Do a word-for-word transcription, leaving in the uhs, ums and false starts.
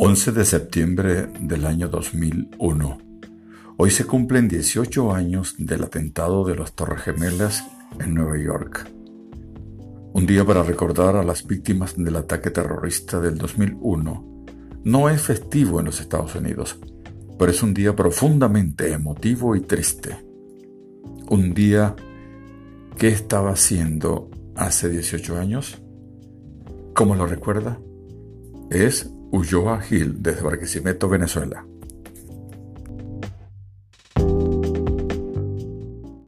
once de septiembre del año dos mil uno. Hoy se cumplen dieciocho años del atentado de las Torres Gemelas en Nueva York. Un día para recordar a las víctimas del ataque terrorista del dos mil uno. No es festivo en los Estados Unidos, pero es un día profundamente emotivo y triste. Un día que estaba haciendo hace dieciocho años. ¿Cómo lo recuerda? Es Ulloa Gil, desde Barquisimeto, Venezuela.